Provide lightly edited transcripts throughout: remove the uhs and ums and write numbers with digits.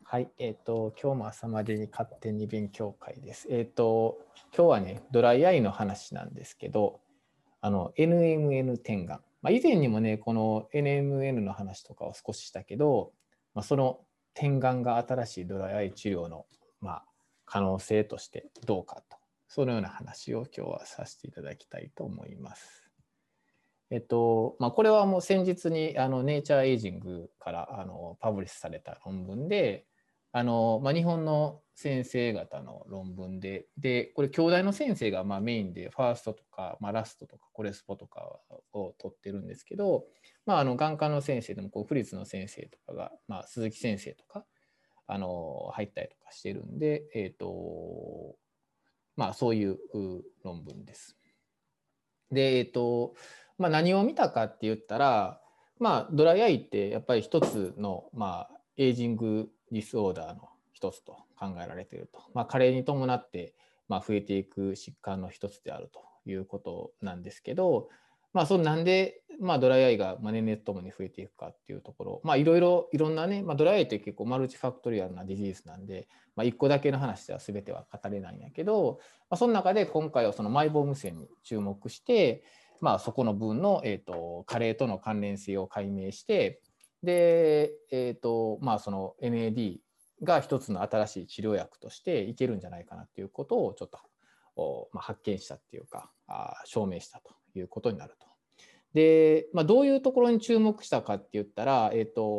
はい、今日も朝までに勝手に勉強会です。今日はね、ドライアイの話なんですけど、NMN 点眼。以前にもね、この NMN の話とかを少ししたけど、その点眼が新しいドライアイ治療の、可能性としてどうかと、そのような話を今日はさせていただきたいと思います。これはもう先日にネイチャーエイジングからパブリッシュされた論文で、日本の先生方の論文で、これ、京大の先生がメインで、ファーストとか、ラストとか、コレスポとかを取ってるんですけど、眼科の先生でも、府立の先生とかが、鈴木先生とか、入ったりとかしてるんで、そういう論文です。で、何を見たかって言ったら、ドライアイってやっぱり一つの、エイジングディスオーダーの一つと考えられていると。加齢に伴って、増えていく疾患の一つであるということなんですけど、そのなんで、ドライアイが年齢とともに増えていくかっていうところ、いろんなね、ドライアイって結構マルチファクトリアルなディジーズなんで、一個だけの話では全ては語れないんやけど、その中で今回はそのマイボーム線に注目して、そこの分の、加齢との関連性を解明して、で、その NAD が一つの新しい治療薬としていけるんじゃないかなっていうことをちょっと、発見したっていうか証明したということになると。で、どういうところに注目したかって言ったら、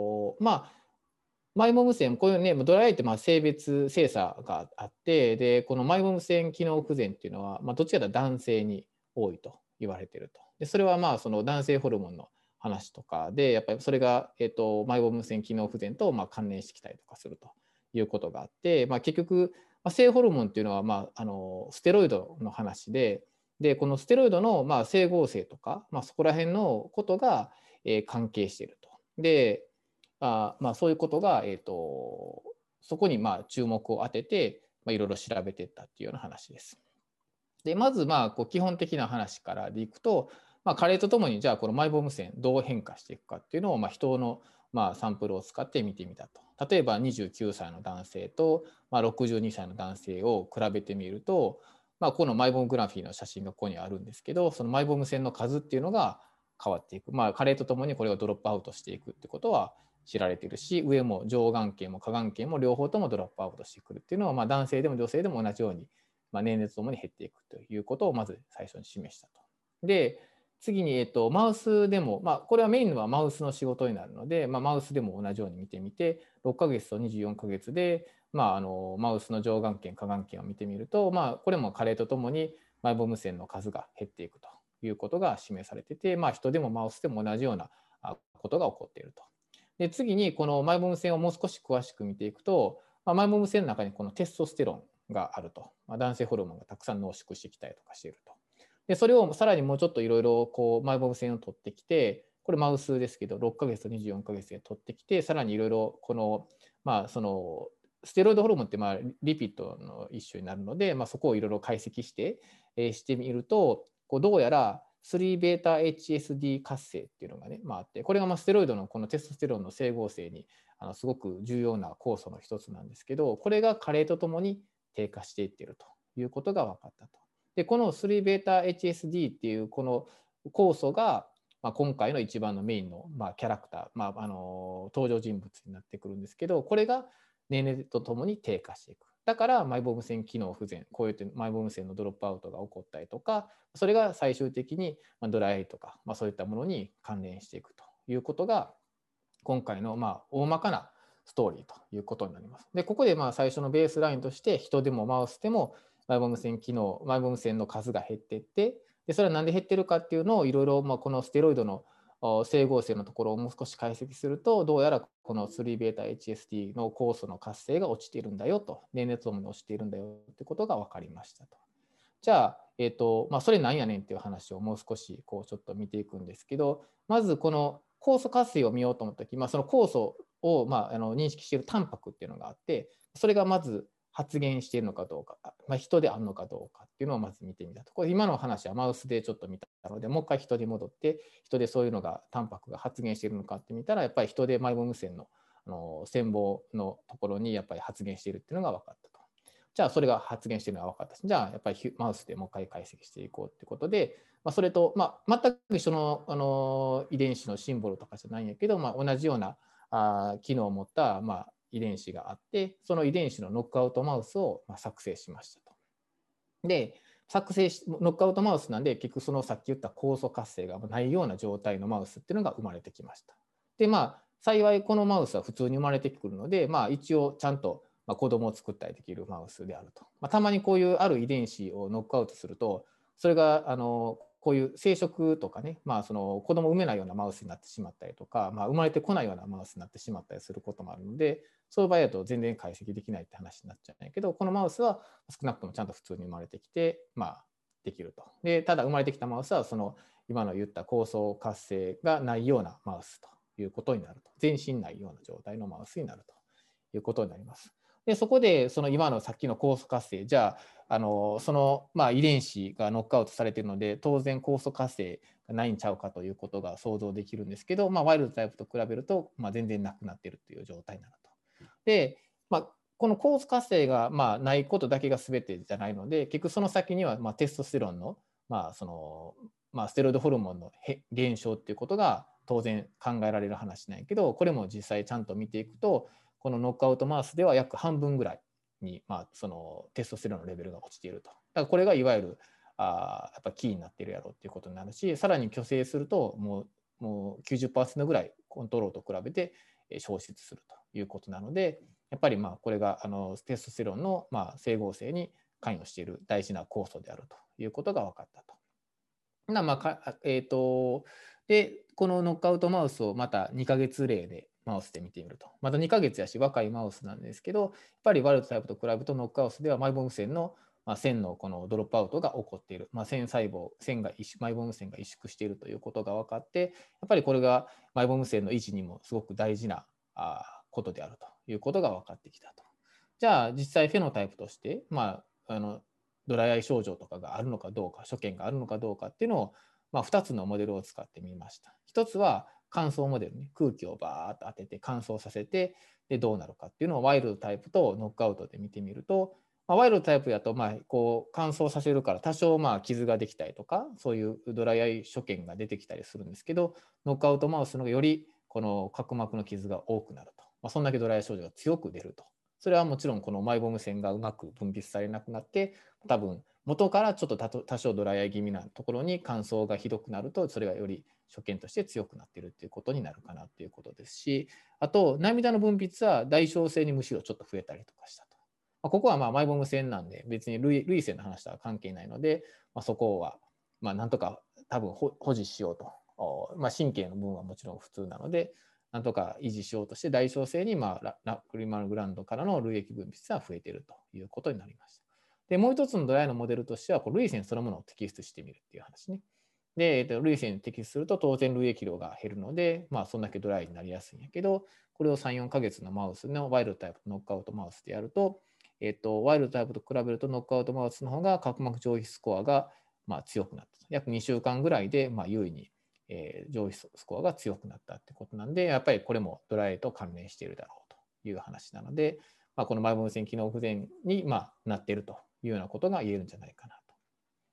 マイボーム腺、こういうね、ドライアイって性別性差があって、で、このマイボーム腺機能不全っていうのは、どっちかというと男性に多いと言われていると。で、それはその男性ホルモンの話とかで、やっぱりそれが、マイボーム腺機能不全と関連してきたりとかするということがあって、結局、性ホルモンっていうのは、ステロイドの話で、このステロイドの整合性とか、そこら辺のことが、関係していると。で、そういうことが、そこに注目を当てて、いろいろ調べていったっていうような話です。でまずこう基本的な話からでいくと、加齢とともにじゃあこのマイボーム腺どう変化していくかっていうのを、人のサンプルを使って見てみたと。例えば29歳の男性と62歳の男性を比べてみると、このマイボームグラフィーの写真がここにあるんですけど、そのマイボーム腺の数っていうのが変わっていく。加齢とともにこれがドロップアウトしていくってことは知られているし、上も上眼瞼も下眼瞼も両方ともドロップアウトしてくるっていうのは、男性でも女性でも同じように、年齢とともに減っていくということをまず最初に示したと。で、次に、マウスでも、これはメインはマウスの仕事になるので、マウスでも同じように見てみて、6ヶ月と24ヶ月で、マウスの上眼瞼、下眼瞼を見てみると、これも加齢とともにマイボーム腺の数が減っていくということが示されてて、人でもマウスでも同じようなことが起こっていると。で、次にこのマイボーム腺をもう少し詳しく見ていくと、マイボーム腺の中にこのテストステロンがあると。男性ホルモンがたくさん濃縮してきたりとかしていると。で、それをさらにもうちょっといろいろマイボーム腺を取ってきて、これマウスですけど、6ヶ月と24ヶ月で取ってきて、さらにいろいろこの、その、ステロイドホルモンってリピッドの一種になるので、そこをいろいろ解析して、してみると、どうやら 3βHSD 活性っていうのがね、あって、これがステロイドのこのテストステロンの整合性にすごく重要な酵素の一つなんですけど、これが加齢とともに低下していっているということが分かったと。で、この 3βHSD っていうこの酵素が、今回の一番のメインの、キャラクター、登場人物になってくるんですけど、これが年齢とともに低下していく。だからマイボーム腺機能不全、こういうマイボーム腺のドロップアウトが起こったりとか、それが最終的にドライアイとか、そういったものに関連していくということが、今回の大まかなストーリーということになります。で、ここで最初のベースラインとして、人でもマウスでもマイボーム腺機能、マイボーム腺の数が減っていって、でそれは何で減ってるかっていうのをいろいろこのステロイドの整合性のところをもう少し解析すると、どうやらこの 3βHSD の酵素の活性が落ちているんだよと、年齢とともに落ちているんだよということが分かりましたと。じゃあ、それなんやねんっていう話をもう少しちょっと見ていくんですけど、まずこの酵素活性を見ようと思ったとき、その酵素を認識しているタンパクっていうのがあって、それがまず発現しているのかどうか、人であるのかどうかっていうのをまず見てみたと。これ今の話はマウスでちょっと見たので、もう一回人に戻って、人でそういうのがタンパクが発現しているのかって見たら、やっぱり人でマイボーム腺の細胞のところにやっぱり発現しているっていうのが分かったと。じゃあそれが発現しているのが分かったし、じゃあやっぱりマウスでもう一回解析していこうっていうことで、それと、全く一緒の、遺伝子のシンボルとかじゃないんやけど、同じような機能を持った、遺伝子があって、その遺伝子のノックアウトマウスを、作成しましたと。で、ノックアウトマウスなんで、結局そのさっき言った酵素活性がないような状態のマウスっていうのが生まれてきました。で、幸いこのマウスは普通に生まれてくるので、一応ちゃんと子供を作ったりできるマウスであると。たまにこういうある遺伝子をノックアウトすると、それがこういう生殖とかね、その子供を産めないようなマウスになってしまったりとか、生まれてこないようなマウスになってしまったりすることもあるので、そういう場合だと全然解析できないって話になっちゃうんだけど、このマウスは少なくともちゃんと普通に生まれてきて、できると。で、ただ生まれてきたマウスは、その今の言った構想活性がないようなマウスということになると。全身ないような状態のマウスになるということになります。で、そこで、その今のさっきの酵素活性、じゃあ、その、遺伝子がノックアウトされているので、当然酵素活性がないんちゃうかということが想像できるんですけど、ワイルドタイプと比べると、全然なくなっているという状態になると。で、この酵素活性がないことだけが全てじゃないので、結局その先にはテストステロンの、ステロイドホルモンの減少っていうことが当然考えられる話なんやけど、これも実際ちゃんと見ていくと、このノックアウトマウスでは約半分ぐらいに、そのテストステロンのレベルが落ちていると。だからこれがいわゆるやっぱキーになっているやろうっていうことになるし、さらに去勢するともう 90% ぐらいコントロールと比べて消失するということなので、やっぱりこれがテストステロンの整合性に関与している大事な酵素であるということが分かったと。で、このノックアウトマウスをまた2ヶ月例でマウスで見てみると。また2ヶ月やし若いマウスなんですけど、やっぱりワイルドタイプと比べるとノックアウトではマイボーム線の線のこのドロップアウトが起こっている。線細胞、マイボーム線が萎縮しているということが分かって、やっぱりこれがマイボーム線の維持にもすごく大事なことであるということが分かってきたと。じゃあ実際フェノタイプとして、ドライアイ症状とかがあるのかどうか、所見があるのかどうかっていうのを、2つのモデルを使ってみました。1つは乾燥モデルね、空気をバーッと当てて乾燥させて、でどうなるかっていうのをワイルドタイプとノックアウトで見てみると、ワイルドタイプだとこう乾燥させるから多少傷ができたりとか、そういうドライアイ所見が出てきたりするんですけど、ノックアウトマウスの方がよりこの角膜の傷が多くなると。そんだけドライアイ症状が強く出ると。それはもちろんこのマイボーム腺がうまく分泌されなくなって、多分元からちょっと多少ドライアイ気味なところに乾燥がひどくなると、それがより所見として強くなっているっていうことになるかなっていうことですし、あと涙の分泌は代償性にむしろちょっと増えたりとかしたと。ここはマイボーム腺なんで別に涙腺の話とは関係ないので、そこはなんとか多分保持しようと。神経の部分はもちろん普通なので、なんとか維持しようとして代償性にラクリマルグランドからの涙液分泌は増えているということになりました。で、もう一つのドライのモデルとしては、涙腺そのものを摘出してみるっていう話ね。で、涙腺に摘出すると当然涙液量が減るので、そんだけドライになりやすいんやけど、これを3、4ヶ月のマウスのワイルドタイプノックアウトマウスでやると、ワイルドタイプと比べるとノックアウトマウスの方が角膜上皮スコアが強くなった。約2週間ぐらいで優位に上皮スコアが強くなったってことなんで、やっぱりこれもドライと関連しているだろうという話なので、このマイボーム腺機能不全になっているというようなことが言えるんじゃないかなと。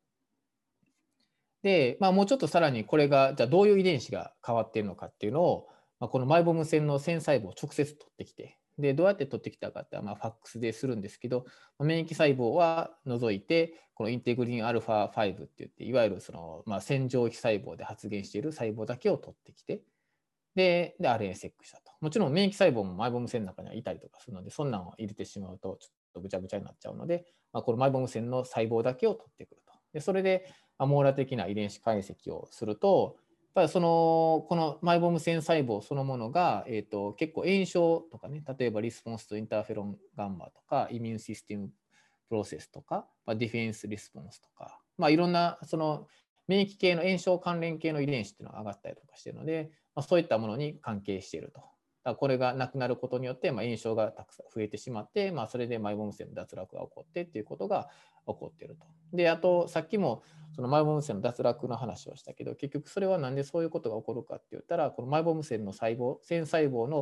で、もうちょっとさらにこれがじゃあどういう遺伝子が変わっているのかっていうのを、このマイボーム腺の線細胞を直接取ってきて、でどうやって取ってきたかってファックスでするんですけど、免疫細胞は除いて、このインテグリン α5 って言って、いわゆるその、線上皮細胞で発現している細胞だけを取ってきて、で RNA セックしたと。もちろん免疫細胞もマイボーム腺の中にはいたりとかするので、そんなんを入れてしまうとちょっとぐちゃぐちゃになっちゃうので、このマイボーム腺の細胞だけを取ってくると。でそれで網羅的な遺伝子解析をすると、やっぱりこのマイボーム腺細胞そのものが、結構炎症とかね、例えばリスポンスとインターフェロンガンマとか、イミュンシステムプロセスとか、ディフェンスリスポンスとか、いろんなその免疫系の炎症関連系の遺伝子っていうのが上がったりとかしているので、そういったものに関係していると。だからこれがなくなることによって、炎症がたくさん増えてしまって、それでマイボーム腺の脱落が起こってっていうことが起こっていると。で、あとさっきもそのマイボーム腺の脱落の話をしたけど、結局それはなんでそういうことが起こるかって言ったら、このマイボーム腺の細胞、線細胞の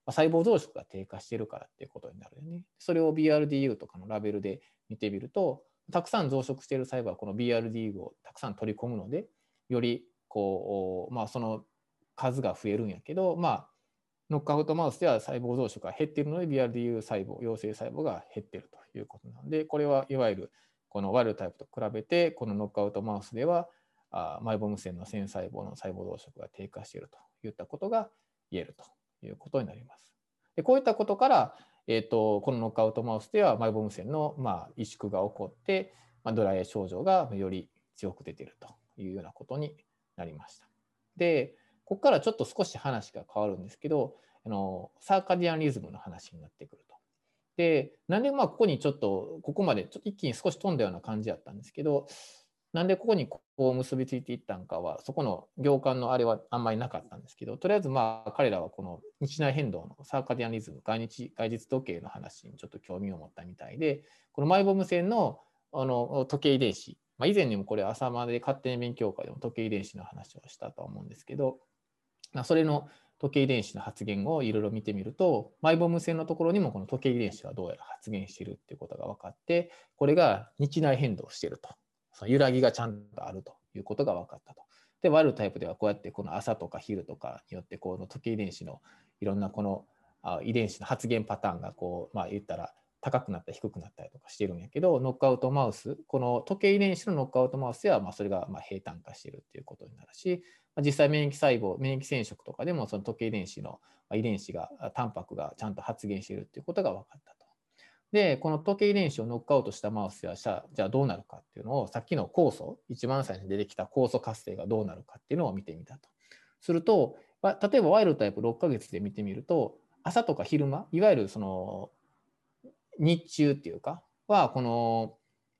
細胞増殖が低下しているからっていうことになるよね。それを BRDU とかのラベルで見てみると、たくさん増殖している細胞はこの BRDU をたくさん取り込むので、よりこう、その数が増えるんやけど、ノックアウトマウスでは細胞増殖が減っているので BRDU 細胞、陽性細胞が減っているということなので、これはいわゆるこのワイルドタイプと比べて、このノックアウトマウスではマイボーム腺の線細胞の細胞増殖が低下しているといったことが言えるということになります。でこういったことから、このノックアウトマウスではマイボーム腺の萎縮が起こって、ドライアイ症状がより強く出ているというようなことになりました。で、ここからちょっと少し話が変わるんですけど、サーカディアンリズムの話になってくると。で、なんでここにちょっと、ここまでちょっと一気に少し飛んだような感じだったんですけど、なんでここにこう結びついていったのかは、そこの行間のあれはあんまりなかったんですけど、とりあえず彼らはこの日内変動のサーカディアンリズム、外日時計の話にちょっと興味を持ったみたいで、このマイボーム腺の時計遺伝子、以前にもこれ朝まで勝手に勉強会でも時計遺伝子の話をしたと思うんですけど、それの時計遺伝子の発現をいろいろ見てみると、マイボーム腺のところにもこの時計遺伝子がどうやら発現しているっていうことが分かって、これが日内変動していると。その揺らぎがちゃんとあるということが分かったと。で、ワイルドタイプではこうやってこの朝とか昼とかによってこの時計遺伝子のいろんなこの遺伝子の発現パターンがこう、言ったら高くなったり低くなったりとかしてるんやけど、ノックアウトマウス、この時計遺伝子のノックアウトマウスではそれが平坦化しているっていうことになるし、実際免疫細胞、免疫染色とかでもその時計遺伝子の遺伝子が、タンパクがちゃんと発現しているっていうことが分かったと。で、この時計遺伝子をノックアウトしたマウスやじゃあどうなるかっていうのを、さっきの酵素、一番最初に出てきた酵素活性がどうなるかっていうのを見てみたと。すると、例えばワイルドタイプ6ヶ月で見てみると、朝とか昼間、いわゆるその日中っていうか、は、この、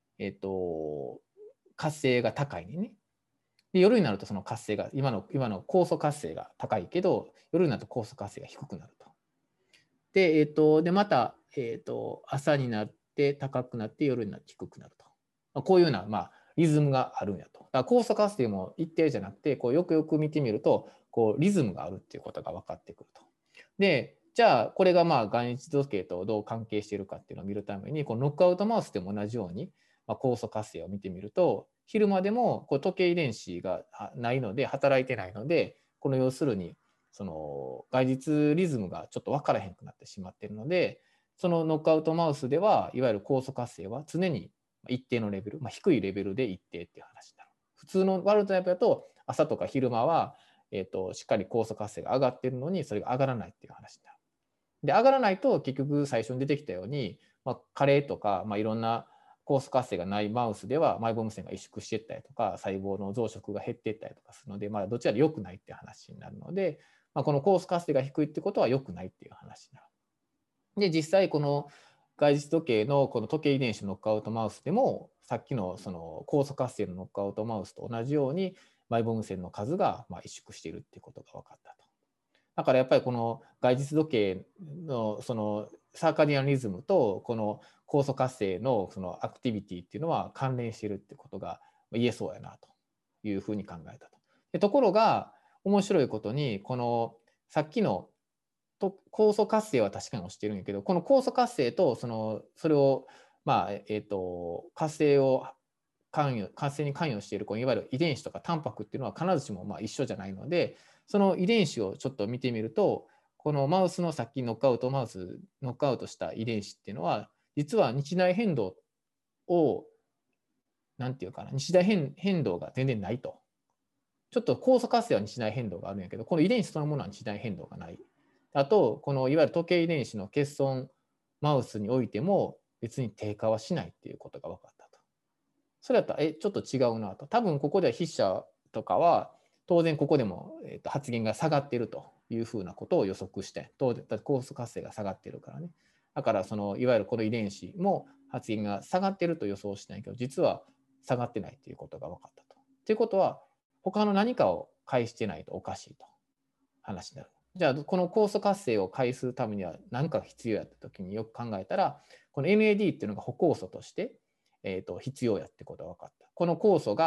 活性が高いね。で夜になるとその活性が、今の酵素活性が高いけど、夜になると酵素活性が低くなると。で、また、朝になって高くなって夜になって低くなると。こういうような、リズムがあるんやと。だから酵素活性も一定じゃなくて、こうよくよく見てみると、こうリズムがあるっていうことが分かってくると。で、じゃあこれが外日時計とどう関係しているかっていうのを見るために、このノックアウトマウスでも同じように、酵素活性を見てみると、昼間でもこう時計遺伝子がないので、働いてないので、この要するに、その外日リズムがちょっと分からへんくなってしまっているので、そのノックアウトマウスでは、いわゆる酵素活性は常に一定のレベル、低いレベルで一定っていう話になる。普通のワイルドタイプだと、朝とか昼間は、しっかり酵素活性が上がっているのに、それが上がらないっていう話になる。で、上がらないと、結局最初に出てきたように、加齢とか、いろんな酵素活性がないマウスでは、マイボーム腺が萎縮していったりとか、細胞の増殖が減っていったりとかするので、どちらで良くないっていう話になるので、この酵素活性が低いってことは良くないっていう話になる。で、実際この外日時計のこの時計遺伝子のノックアウトマウスでも、さっきのその酵素活性のノックアウトマウスと同じように、マイボーム腺の数が萎縮しているっていうことが分かったと。だからやっぱりこの外日時計のそのサーカディアンリズムとこの酵素活性のそのアクティビティっていうのは関連しているってことが言えそうやなというふうに考えたと。ところが面白いことに、このさっきの酵素活性は確かに押してるんやけど、この酵素活性とそれを活性に関与しているいわゆる遺伝子とかタンパクっていうのは必ずしも一緒じゃないので、その遺伝子をちょっと見てみると、このマウスのさっきノックアウトした遺伝子っていうのは、実は日内変動を、なんていうかな、日内変動が全然ないと。ちょっと酵素活性は日内変動があるんやけど、この遺伝子そのものは日内変動がない。あと、このいわゆる時計遺伝子の欠損マウスにおいても別に低下はしないっていうことが分かったと。それだったら、ちょっと違うなと。多分ここでは筆者とかは、当然ここでも発現が下がっているというふうなことを予測して、当然酵素活性が下がっているからね。だからいわゆるこの遺伝子も発現が下がっていると予想してないけど、実は下がってないということが分かったと。ということは、他の何かを介してないとおかしいと話になる。じゃあ、この酵素活性を介するためには何か必要やったときによく考えたら、この NAD っていうのが補酵素として、必要やってことが分かった。この酵素が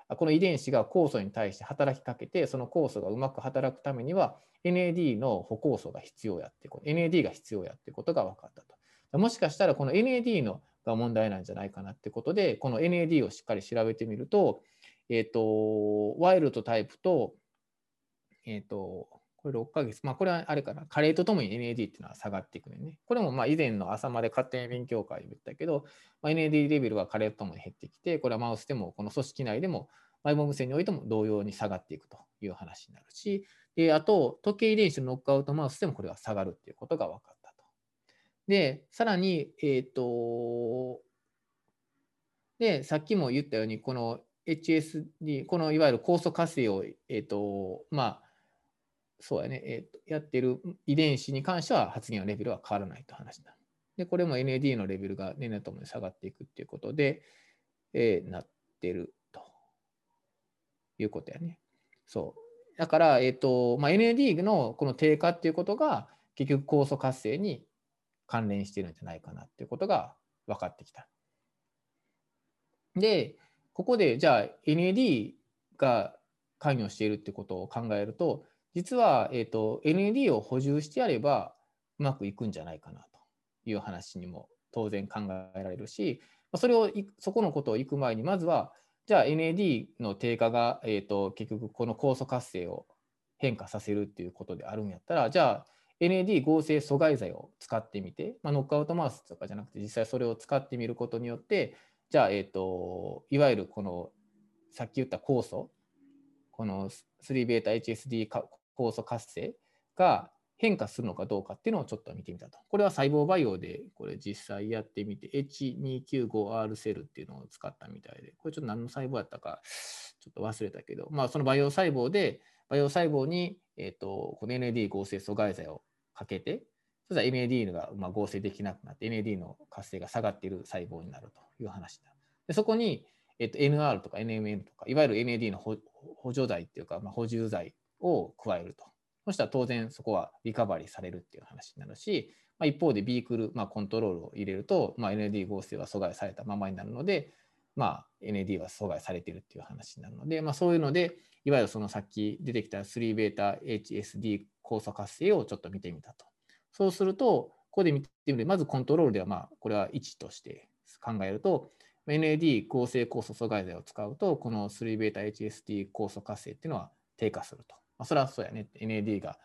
この遺伝子が酵素に対して働きかけて、その酵素がうまく働くためには NAD の補酵素が必要やってこと、NAD が必要やってことが分かったと。もしかしたらこの NAD のが問題なんじゃないかなってことで、この NAD をしっかり調べてみると、ワイルドタイプと、これ6ヶ月、これはあれかな、加齢とともに NAD っていうのは下がっていくね。これも以前の朝まで家庭勉強会で言ったけど、NAD レベルが加齢とともに減ってきて、これはマウスでも、この組織内でも、マイボーム腺においても同様に下がっていくという話になるし、あと、時計遺伝子のノックアウトマウスでもこれは下がるっていうことが分かったと。で、さらに、で、さっきも言ったように、この HSD、このいわゆる酵素活性を、そうやね、やってる遺伝子に関しては発現のレベルは変わらないと話だ。で、これも NAD のレベルが年々ともに下がっていくっていうことで、なってるということやね。そう。だから、NAD のこの低下っていうことが結局酵素活性に関連してるんじゃないかなっていうことが分かってきた。で、ここでじゃあ NAD が関与しているってことを考えると、実は、NAD を補充してやればうまくいくんじゃないかなという話にも当然考えられるし、そこのことをいく前に、まずは、じゃあ NAD の低下が、結局この酵素活性を変化させるっていうことであるんやったら、じゃあ NAD 合成阻害剤を使ってみて、ノックアウトマウスとかじゃなくて、実際それを使ってみることによって、じゃあ、いわゆるこのさっき言った酵素、この 3β-HSD 酵素活性が変化するのかどうかっていうのをちょっと見てみたと。これは細胞培養でこれ実際やってみて H295R セルっていうのを使ったみたいで、これちょっと何の細胞やったかちょっと忘れたけど、その培養細胞に、この NAD 合成阻害剤をかけて、そしたら NAD が合成できなくなって NAD の活性が下がっている細胞になるという話だ。でそこに、NR とか NMN とか、いわゆる NAD の補助剤っていうか、補充剤を加えると。そしたら当然そこはリカバリーされるっていう話になるし、一方でビークル、コントロールを入れると、NAD 合成は阻害されたままになるので、NAD は阻害されているっていう話になるので、そういうので、いわゆるそのさっき出てきた 3β-HSD 酵素活性をちょっと見てみたと。そうすると、ここで見てみると、まずコントロールでは、これは1として考えると、NAD 合成酵素阻害剤を使うと、この 3β-HSD 酵素活性っていうのは低下すると。それはそうやね。NAD が、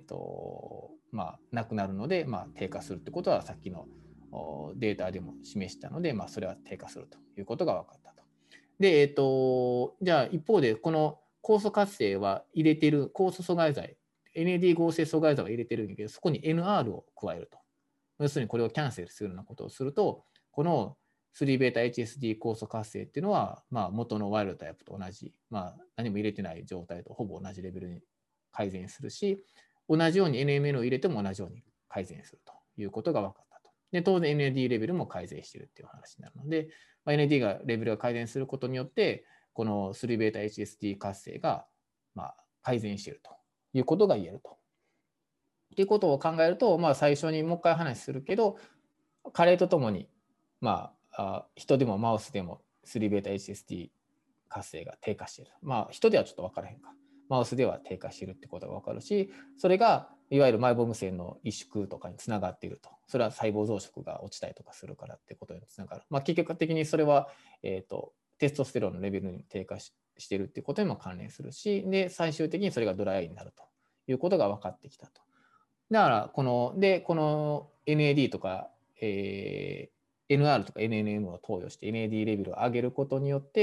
なくなるので、低下するってことはさっきのデータでも示したので、それは低下するということが分かったと。で、じゃあ一方で、この酵素活性は入れている酵素阻害剤、NAD 合成阻害剤は入れてるんだけど、そこに NR を加えると。要するにこれをキャンセルするようなことをすると、この 3β-HSD 酵素活性っていうのは、元のワイルドタイプと同じ、何も入れてない状態とほぼ同じレベルに改善するし、同じように NMN を入れても同じように改善するということが分かったと。で、当然 NAD レベルも改善しているっていう話になるので、NAD がレベルが改善することによって、この 3β-HSD 活性が改善しているということが言えると。ということを考えると、最初にもう一回話するけど、加齢とともに、人でもマウスでも 3β-HSD 活性が低下している。人ではちょっと分からへんか。マウスでは低下しているってことが分かるし、それがいわゆるマイボーム腺の萎縮とかにつながっていると。それは細胞増殖が落ちたりとかするからってことにつながる。結局的にそれは、テストステロンのレベルに低下しているっていうことにも関連するし、で、最終的にそれがドライアイになるということが分かってきたと。だからこの NAD とか、NR とか NNM を投与して NAD レベルを上げることによって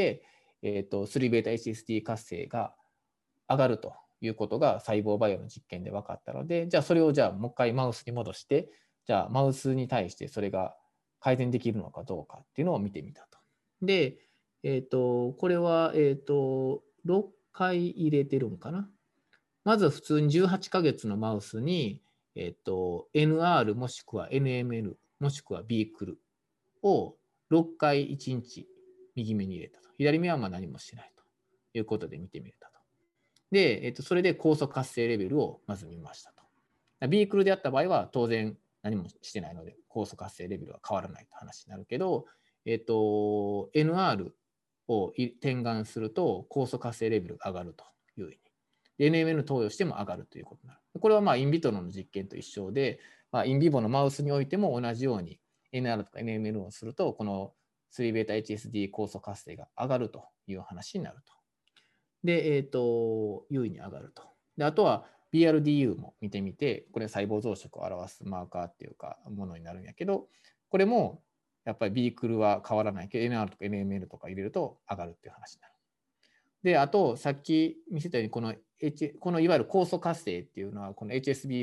、3β-HSD 活性が上がるということが細胞培養の実験で分かったので、じゃあそれをもう一回マウスに戻して、じゃあマウスに対してそれが改善できるのかどうかっていうのを見てみたと。で、これは、6回入れてるんかな。まず普通に18ヶ月のマウスに、NR もしくは NMN もしくは B クルを6回1日右目に入れたと。左目は何もしてないということで見てみたと。で、それで酵素活性レベルをまず見ましたと。B クルであった場合は当然何もしてないので酵素活性レベルは変わらないと話になるけど、NR を点眼すると酵素活性レベルが上がるというふうに。NMN 投与しても上がるということになる。これはまあインビトロの実験と一緒で、まあ、インビボのマウスにおいても同じように NR とか NMN をすると、この 3β-HSD 酵素活性が上がるという話になると。で、優位に上がると。で、あとは BRDU も見てみて、これ細胞増殖を表すマーカーっていうかものになるんやけど、これもやっぱり B クルは変わらないけど、NR とか NML とか入れると上がるっていう話になる。で、あと、さっき見せたように、このいわゆる酵素活性っていうのは、この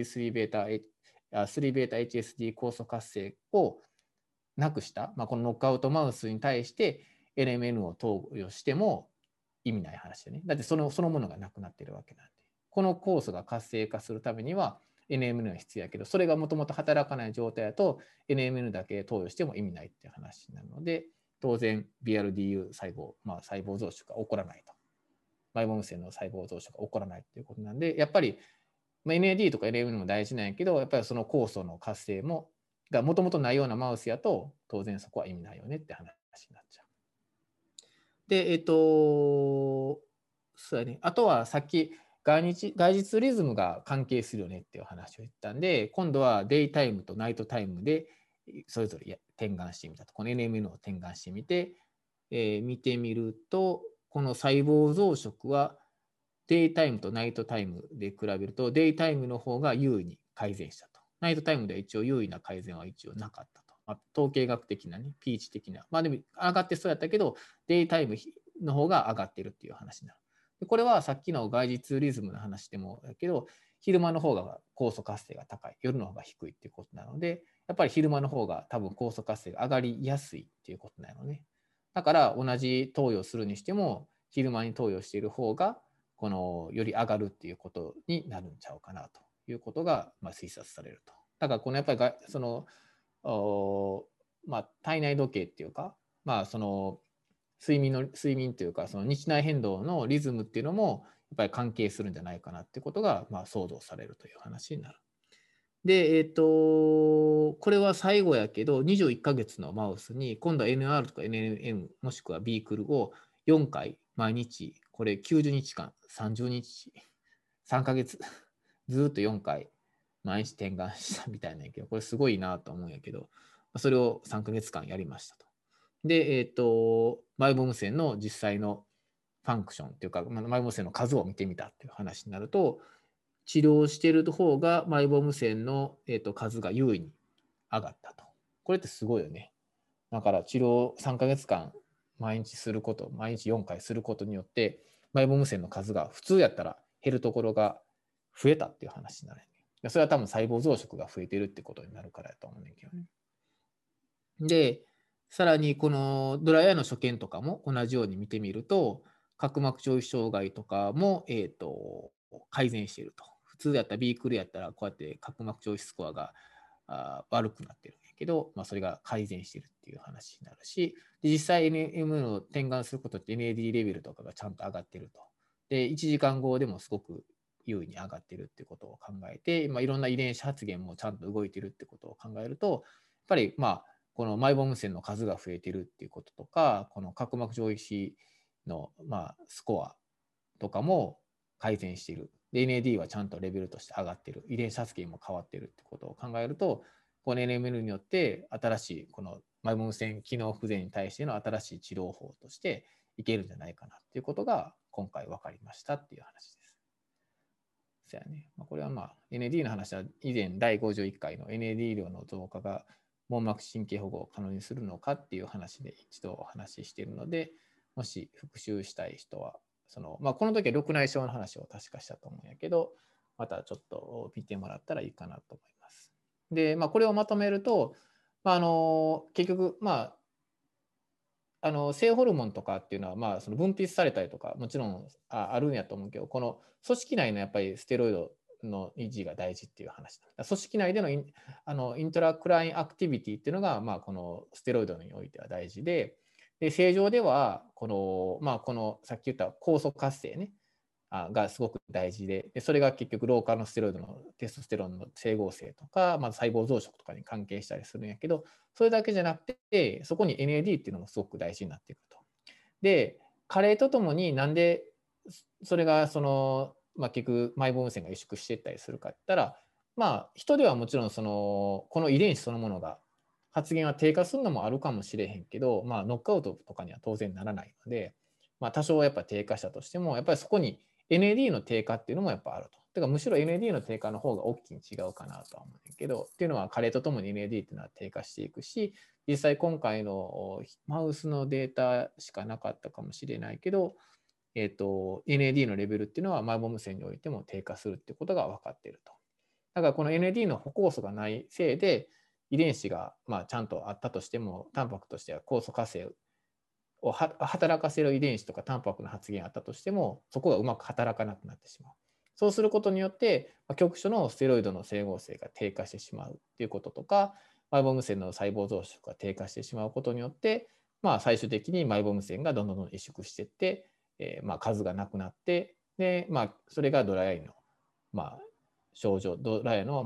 HSB3βHSD 酵素活性をなくした、まあ、このノックアウトマウスに対して NMN を投与しても意味ない話でね。だってそのものがなくなっているわけなんで。この酵素が活性化するためには NMN が必要やけど、それがもともと働かない状態だと NMN だけ投与しても意味ないっていう話になるので、当然 BRDU 細胞、まあ、細胞増殖が起こらないと。マイボーム腺の細胞増殖が起こらないっていうことなんで、やっぱり NAD とか NMN も大事なんやけど、やっぱりその酵素の活性もがもともとないようなマウスやと、当然そこは意味ないよねって話になっちゃう。で、そうやね。あとはさっき外日リズムが関係するよねっていう話を言ったんで、今度はデイタイムとナイトタイムでそれぞれ点眼してみたと。この NMN を点眼してみて、見てみると、この細胞増殖はデイタイムとナイトタイムで比べると、デイタイムの方が優位に改善したと。ナイトタイムでは一応優位な改善は一応なかったと。まあ、統計学的なね、ピーチ的な。まあでも上がってそうやったけど、デイタイムの方が上がってるっていう話になる。でこれはさっきの外日リズムの話でもだけど、昼間の方が酵素活性が高い、夜の方が低いっていうことなので、やっぱり昼間の方が多分酵素活性が上がりやすいっていうことなのね。だから同じ投与するにしても、昼間に投与している方がこのより上がるっていうことになるんちゃうかなということが、まあ、推察されると。だからこのやっぱりそのまあ、体内時計っていうか、まあ、その睡眠というかその日内変動のリズムっていうのもやっぱり関係するんじゃないかなっていうことが、まあ、想像されるという話になる。で、これは最後やけど、21ヶ月のマウスに、今度は NR とか NM もしくは B クルを4回毎日、これ90日間、30日、3ヶ月、ずっと4回毎日点眼したみたいなんやけど、これすごいなと思うんやけど、それを3ヶ月間やりましたと。で、マイボーム線の実際のファンクションっていうか、マイボーム線の数を見てみたっていう話になると、治療している方がマイボーム線の、数が優位に上がったと。これってすごいよね。だから治療3ヶ月間毎日すること、毎日4回することによって、マイボーム線の数が普通やったら減るところが増えたっていう話になる、ね。それは多分細胞増殖が増えてるってことになるからやと思うんだけどね。で、さらにこのドライアイの所見とかも同じように見てみると、角膜上皮障害とかも、改善していると。普通やったら B クルやったらこうやって角膜上皮スコアが悪くなってるんやけど、まあ、それが改善してるっていう話になるし、で実際 NM を点眼することって NAD レベルとかがちゃんと上がってると。で、1時間後でもすごく優位に上がってるってことを考えて、まあ、いろんな遺伝子発現もちゃんと動いてるってことを考えると、やっぱりまあこのマイボーム線の数が増えてるっていうこととか、この角膜上皮のまあスコアとかも改善している。で、NAD はちゃんとレベルとして上がっている。遺伝子発現も変わっているってことを考えると、この NML によって新しいこのマイボーム線機能不全に対しての新しい治療法としていけるんじゃないかなっていうことが今回分かりましたっていう話です。そうやね。これはまあ NAD の話は以前第51回の NAD 量の増加が網膜神経保護を可能にするのかっていう話で一度お話ししているので、もし復習したい人は、この時は緑内障の話を確かしたと思うんやけど、またちょっと見てもらったらいいかなと思います。で、これをまとめると、結局、性ホルモンとかっていうのは、その分泌されたりとか、もちろんあるんやと思うけど、この組織内のやっぱりステロイドの維持が大事っていう話だ。組織内でのイントラクラインアクティビティっていうのが、このステロイドにおいては大事で、正常ではこのさっき言った酵素活性ね、がすごく大事で、それが結局老化のステロイドのテストステロンの整合性とか、細胞増殖とかに関係したりするんやけど、それだけじゃなくて、そこに NAD っていうのもすごく大事になってくると。 で、加齢とともになんでそれが結局マイボーム腺が萎縮していったりするかって言ったら、人ではもちろんこの遺伝子そのものが発現は低下するのもあるかもしれへんけど、ノックアウトとかには当然ならないので、多少やっぱ低下したとしても、やっぱりそこに NAD の低下っていうのもやっぱあると。てかむしろ NAD の低下の方が大きに違うかなとは思うんだけど、っていうのは加齢とともに NAD っていうのは低下していくし、実際今回のマウスのデータしかなかったかもしれないけど、NAD のレベルっていうのはマイボーム腺においても低下するっていうことが分かっていると。だからこの NAD の補酵素がないせいで遺伝子がちゃんとあったとしても、タンパクとしては酵素活性を働かせる遺伝子とかタンパクの発現があったとしても、そこがうまく働かなくなってしまう。そうすることによって局所のステロイドの整合性が低下してしまうっていうこととか、マイボーム腺の細胞増殖が低下してしまうことによって、最終的にマイボーム腺がどんどん萎縮していって、数がなくなって、で、それがドライアイの、症状、ドライアイの、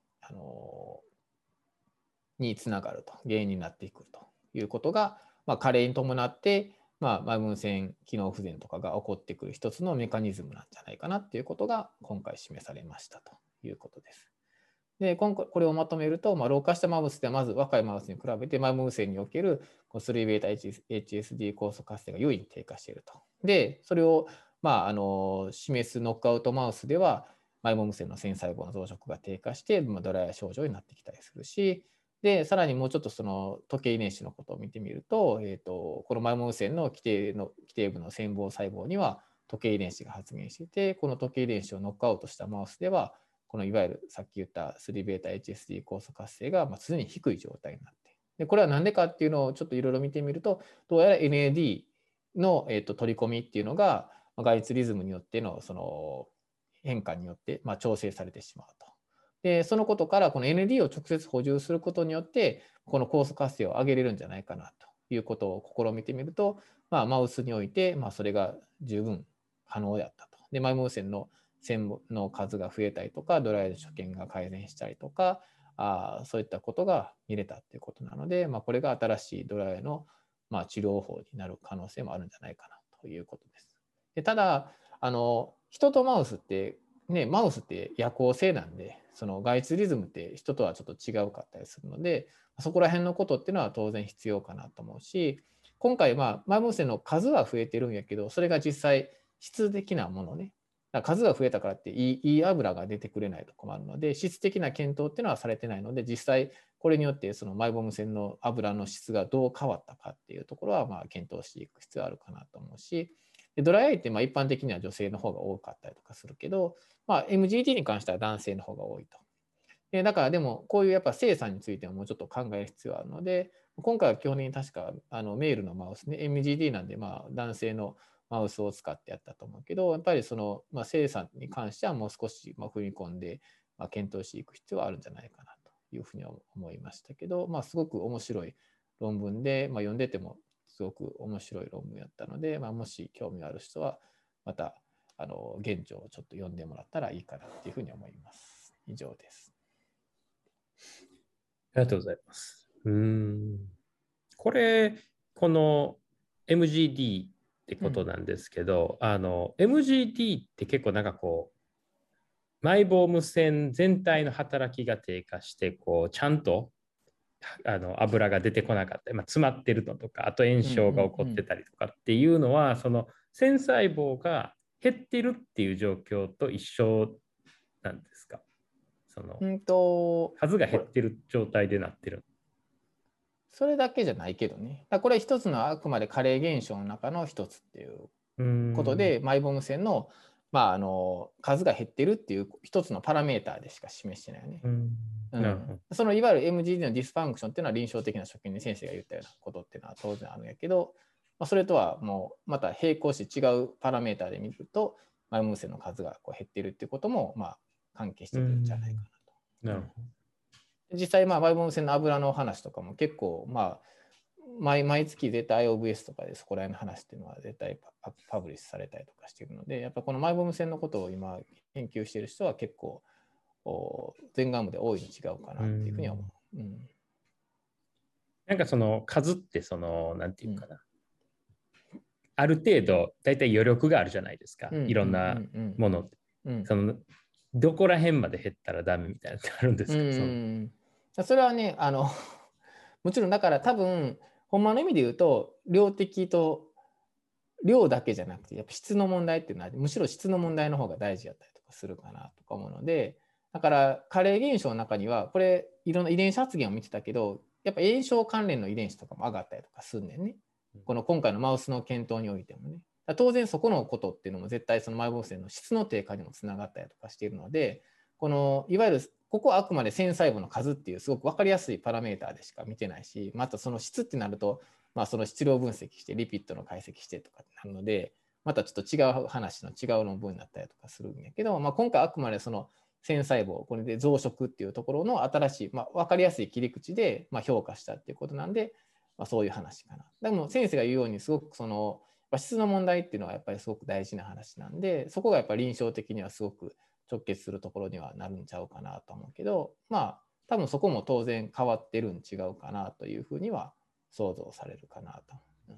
につながると、原因になっていくということが、加齢に伴って、マイボーム腺機能不全とかが起こってくる一つのメカニズムなんじゃないかなっていうことが今回示されましたということです。で、今回これをまとめると、老化したマウスではまず若いマウスに比べてマイボーム腺における3β-HSD 酵素活性が優位に低下していると。で、それを示すノックアウトマウスでは、マイボーム腺の線細胞の増殖が低下して、ドライアイ症状になってきたりするし、で、さらにもうちょっとその時計遺伝子のことを見てみると、このマイボーム腺の基底部の繊胞細胞には時計遺伝子が発現していて、この時計遺伝子をノックアウトしたマウスでは、このいわゆるさっき言った 3β-HSD 酵素活性が常に低い状態になって、でこれは何でかっていうのをちょっといろいろ見てみると、どうやら NAD の取り込みっていうのが外出リズムによってのその変化によって調整されてしまうと。でそのことからこの NAD を直接補充することによってこの酵素活性を上げれるんじゃないかなということを試みてみると、マウスにおいてそれが十分可能であったと。でマイボーム腺の線の数が増えたりとか、ドライアイの所見が改善したりとか、そういったことが見れたということなので、これが新しいドライアイの治療法になる可能性もあるんじゃないかなということです。でただ人とマウスってマウスって夜行性なんで、その外出リズムって人とはちょっと違うかったりするので、そこら辺のことっていうのは当然必要かなと思うし、今回マイボーム腺の数は増えてるんやけど、それが実際質的なものね、数が増えたからっていい油が出てくれないと困るので、質的な検討っていうのはされてないので、実際これによってそのマイボーム腺の油の質がどう変わったかっていうところは検討していく必要あるかなと思うし、でドライアイって一般的には女性の方が多かったりとかするけど、MGD に関しては男性の方が多いと。だからでもこういうやっぱ性差についてももうちょっと考える必要あるので、今回は基本的に確かメールのマウスね、MGD なんで男性のマウスを使ってやったと思うけど、やっぱりその性差に関してはもう少し踏み込んで検討していく必要はあるんじゃないかなというふうに思いましたけど、すごく面白い論文で、読んでてもすごく面白い論文やったので、もし興味ある人はまた現状をちょっと読んでもらったらいいかなというふうに思います。以上です。 ありがとうございます。これ、この MGD ってことなんですけど、MGD って結構なんかこう、マイボーム腺全体の働きが低下して、こう、ちゃんと油が出てこなかったり、詰まってるのとか、あと炎症が起こってたりとかっていうのは、その線細胞が減ってるっていう状況と一緒なんですか？その数が減ってる状態でなってる。 それだけじゃないけどね。これは一つのあくまで加齢現象の中の一つっていうことで、マイボーム腺の、数が減ってるっていう一つのパラメーターでしか示してないよね。そのいわゆる MGD のディスファンクションっていうのは臨床的な所見で先生が言ったようなことっていうのは当然あるんやけど、それとはもうまた並行して違うパラメーターで見ると、マイボーム腺の数が減ってるっていうことも関係してくるんじゃないかなと。実際、マイボーム腺の油の話とかも結構、毎月絶対 IOVS とかでそこら辺の話っていうのは絶対パブリッシュされたりとかしているので、やっぱこのマイボーム腺のことを今研究している人は結構前眼部で多いに違うかなっていうふうに思う。 なんかその数ってそのなんていうかな、 ある程度、だいたい余力があるじゃないですか。いろんなもの。そのどこら辺まで減ったらダメみたいなのってあるんですか？ それはね、もちろんだから多分、ほんまの意味で言うと、量的と量だけじゃなくて、やっぱ質の問題っていうのは、むしろ質の問題の方が大事だったりとかするかなとか思うので、だから加齢現象の中には、これ、いろんな遺伝子発現を見てたけど、やっぱ炎症関連の遺伝子とかも上がったりとかすんねんね。この今回のマウスの検討においてもね。当然そこのことっていうのも絶対そのマイボーム腺の質の低下にもつながったりとかしているので、このいわゆるここはあくまで線細胞の数っていうすごく分かりやすいパラメーターでしか見てないし、またその質ってなると、その質量分析してリピッドの解析してとかなるので、またちょっと違う話の違う論文になったりとかするんやけど、今回あくまでその線細胞、これで増殖っていうところの新しい、分かりやすい切り口で評価したっていうことなんで、そういう話かな。でも先生が言うようにすごくその質の問題っていうのはやっぱりすごく大事な話なんで、そこがやっぱり臨床的にはすごく直結するところにはなるんちゃうかなと思うけど、多分そこも当然変わってるん違うかなというふうには想像されるかなと。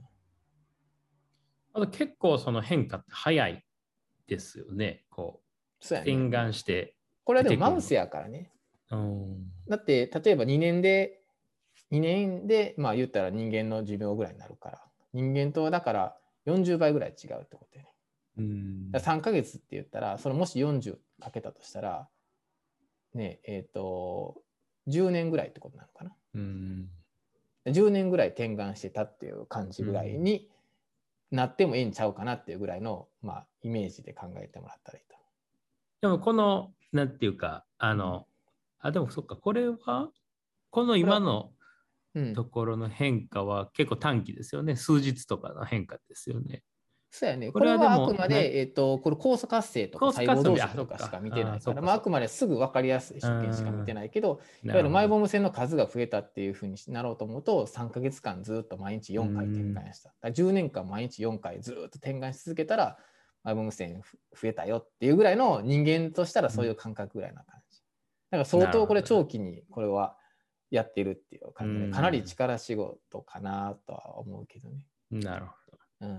あと結構その変化って早いですよね。こう、 そうやね。 点眼してこれはで出てくるの。 もマウスやからね。だって例えば2年で言ったら人間の寿命ぐらいになるから、人間とだから40倍ぐらい違うってことやね。3ヶ月って言ったら、それもし40かけたとしたら、ね、10年ぐらいってことなのかな。10年ぐらい点眼してたっていう感じぐらいになってもいいんちゃうかなっていうぐらいの、イメージで考えてもらったらいいと。 でもこの、なんていうか、でもそっか、これは、この今のところの変化は結構短期ですよね。数日とかの変化ですよね。 そうやね。これはあくまで、これ酵素活性とか細胞増殖とかしか見てないから、あくまですぐ分かりやすい所見しか見てないけど、いわゆるマイボーム腺の数が増えたっていうふうになろうと思うと、3ヶ月間ずっと毎日4回点眼した。10年間毎日4回ずっと点眼し続けたら、マイボーム腺増えたよっていうぐらいの人間としたらそういう感覚ぐらいな感じ。だから相当これ長期にこれはやってるっていう感じで、かなり力仕事かなとは思うけどね。 なるほど。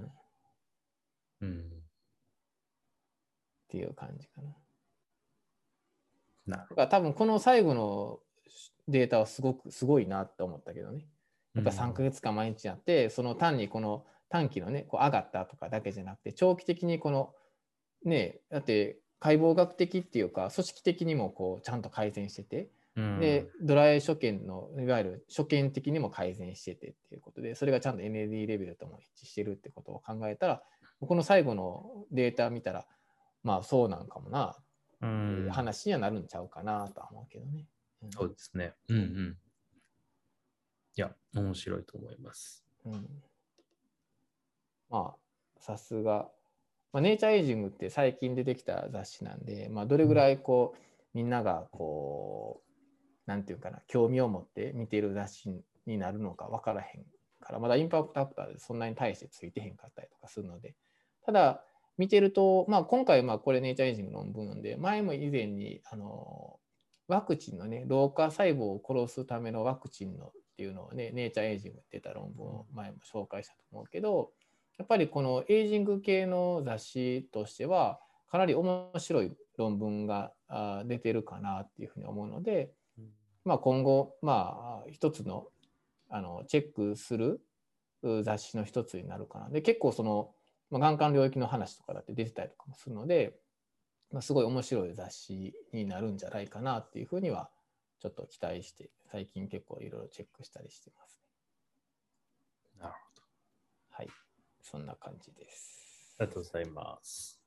っていう感じかな。 なるほど。 だから多分この最後のデータはすごいなって思ったけどね。やっぱ3ヶ月間毎日やって、その単にこの短期のね、こう上がったとかだけじゃなくて、長期的にこのね、だって解剖学的っていうか、組織的にもこうちゃんと改善してて、で、ドライ所見の、いわゆる所見的にも改善しててっていうことで、それがちゃんと NAD レベルとも一致してるってことを考えたら、この最後のデータ見たら、そうなんかもなっていう話にはなるんちゃうかなとは思うけどね。 そうですね。いや、面白いと思います。 さすが。ネイチャーエイジングって最近出てきた雑誌なんで、どれぐらいこう、みんながこう、なんていうかな、興味を持って見ている雑誌になるのか分からへんから、まだインパクトファクターでそんなに対してついてへんかったりとかするので、ただ、見てると、今回、これネイチャーエイジングの論文なんで、前も以前に、ワクチンのね、老化細胞を殺すためのワクチンのっていうのをね、ネイチャーエイジングって出た論文を前も紹介したと思うけど、やっぱりこのエイジング系の雑誌としてはかなり面白い論文が出てるかなっていうふうに思うので、今後一つのチェックする雑誌の一つになるかな。で結構その眼科の領域の話とかだって出てたりとかもするので、すごい面白い雑誌になるんじゃないかなっていうふうにはちょっと期待して最近結構いろいろチェックしたりしてます。 なるほど。 はい。そんな感じです。 ありがとうございます。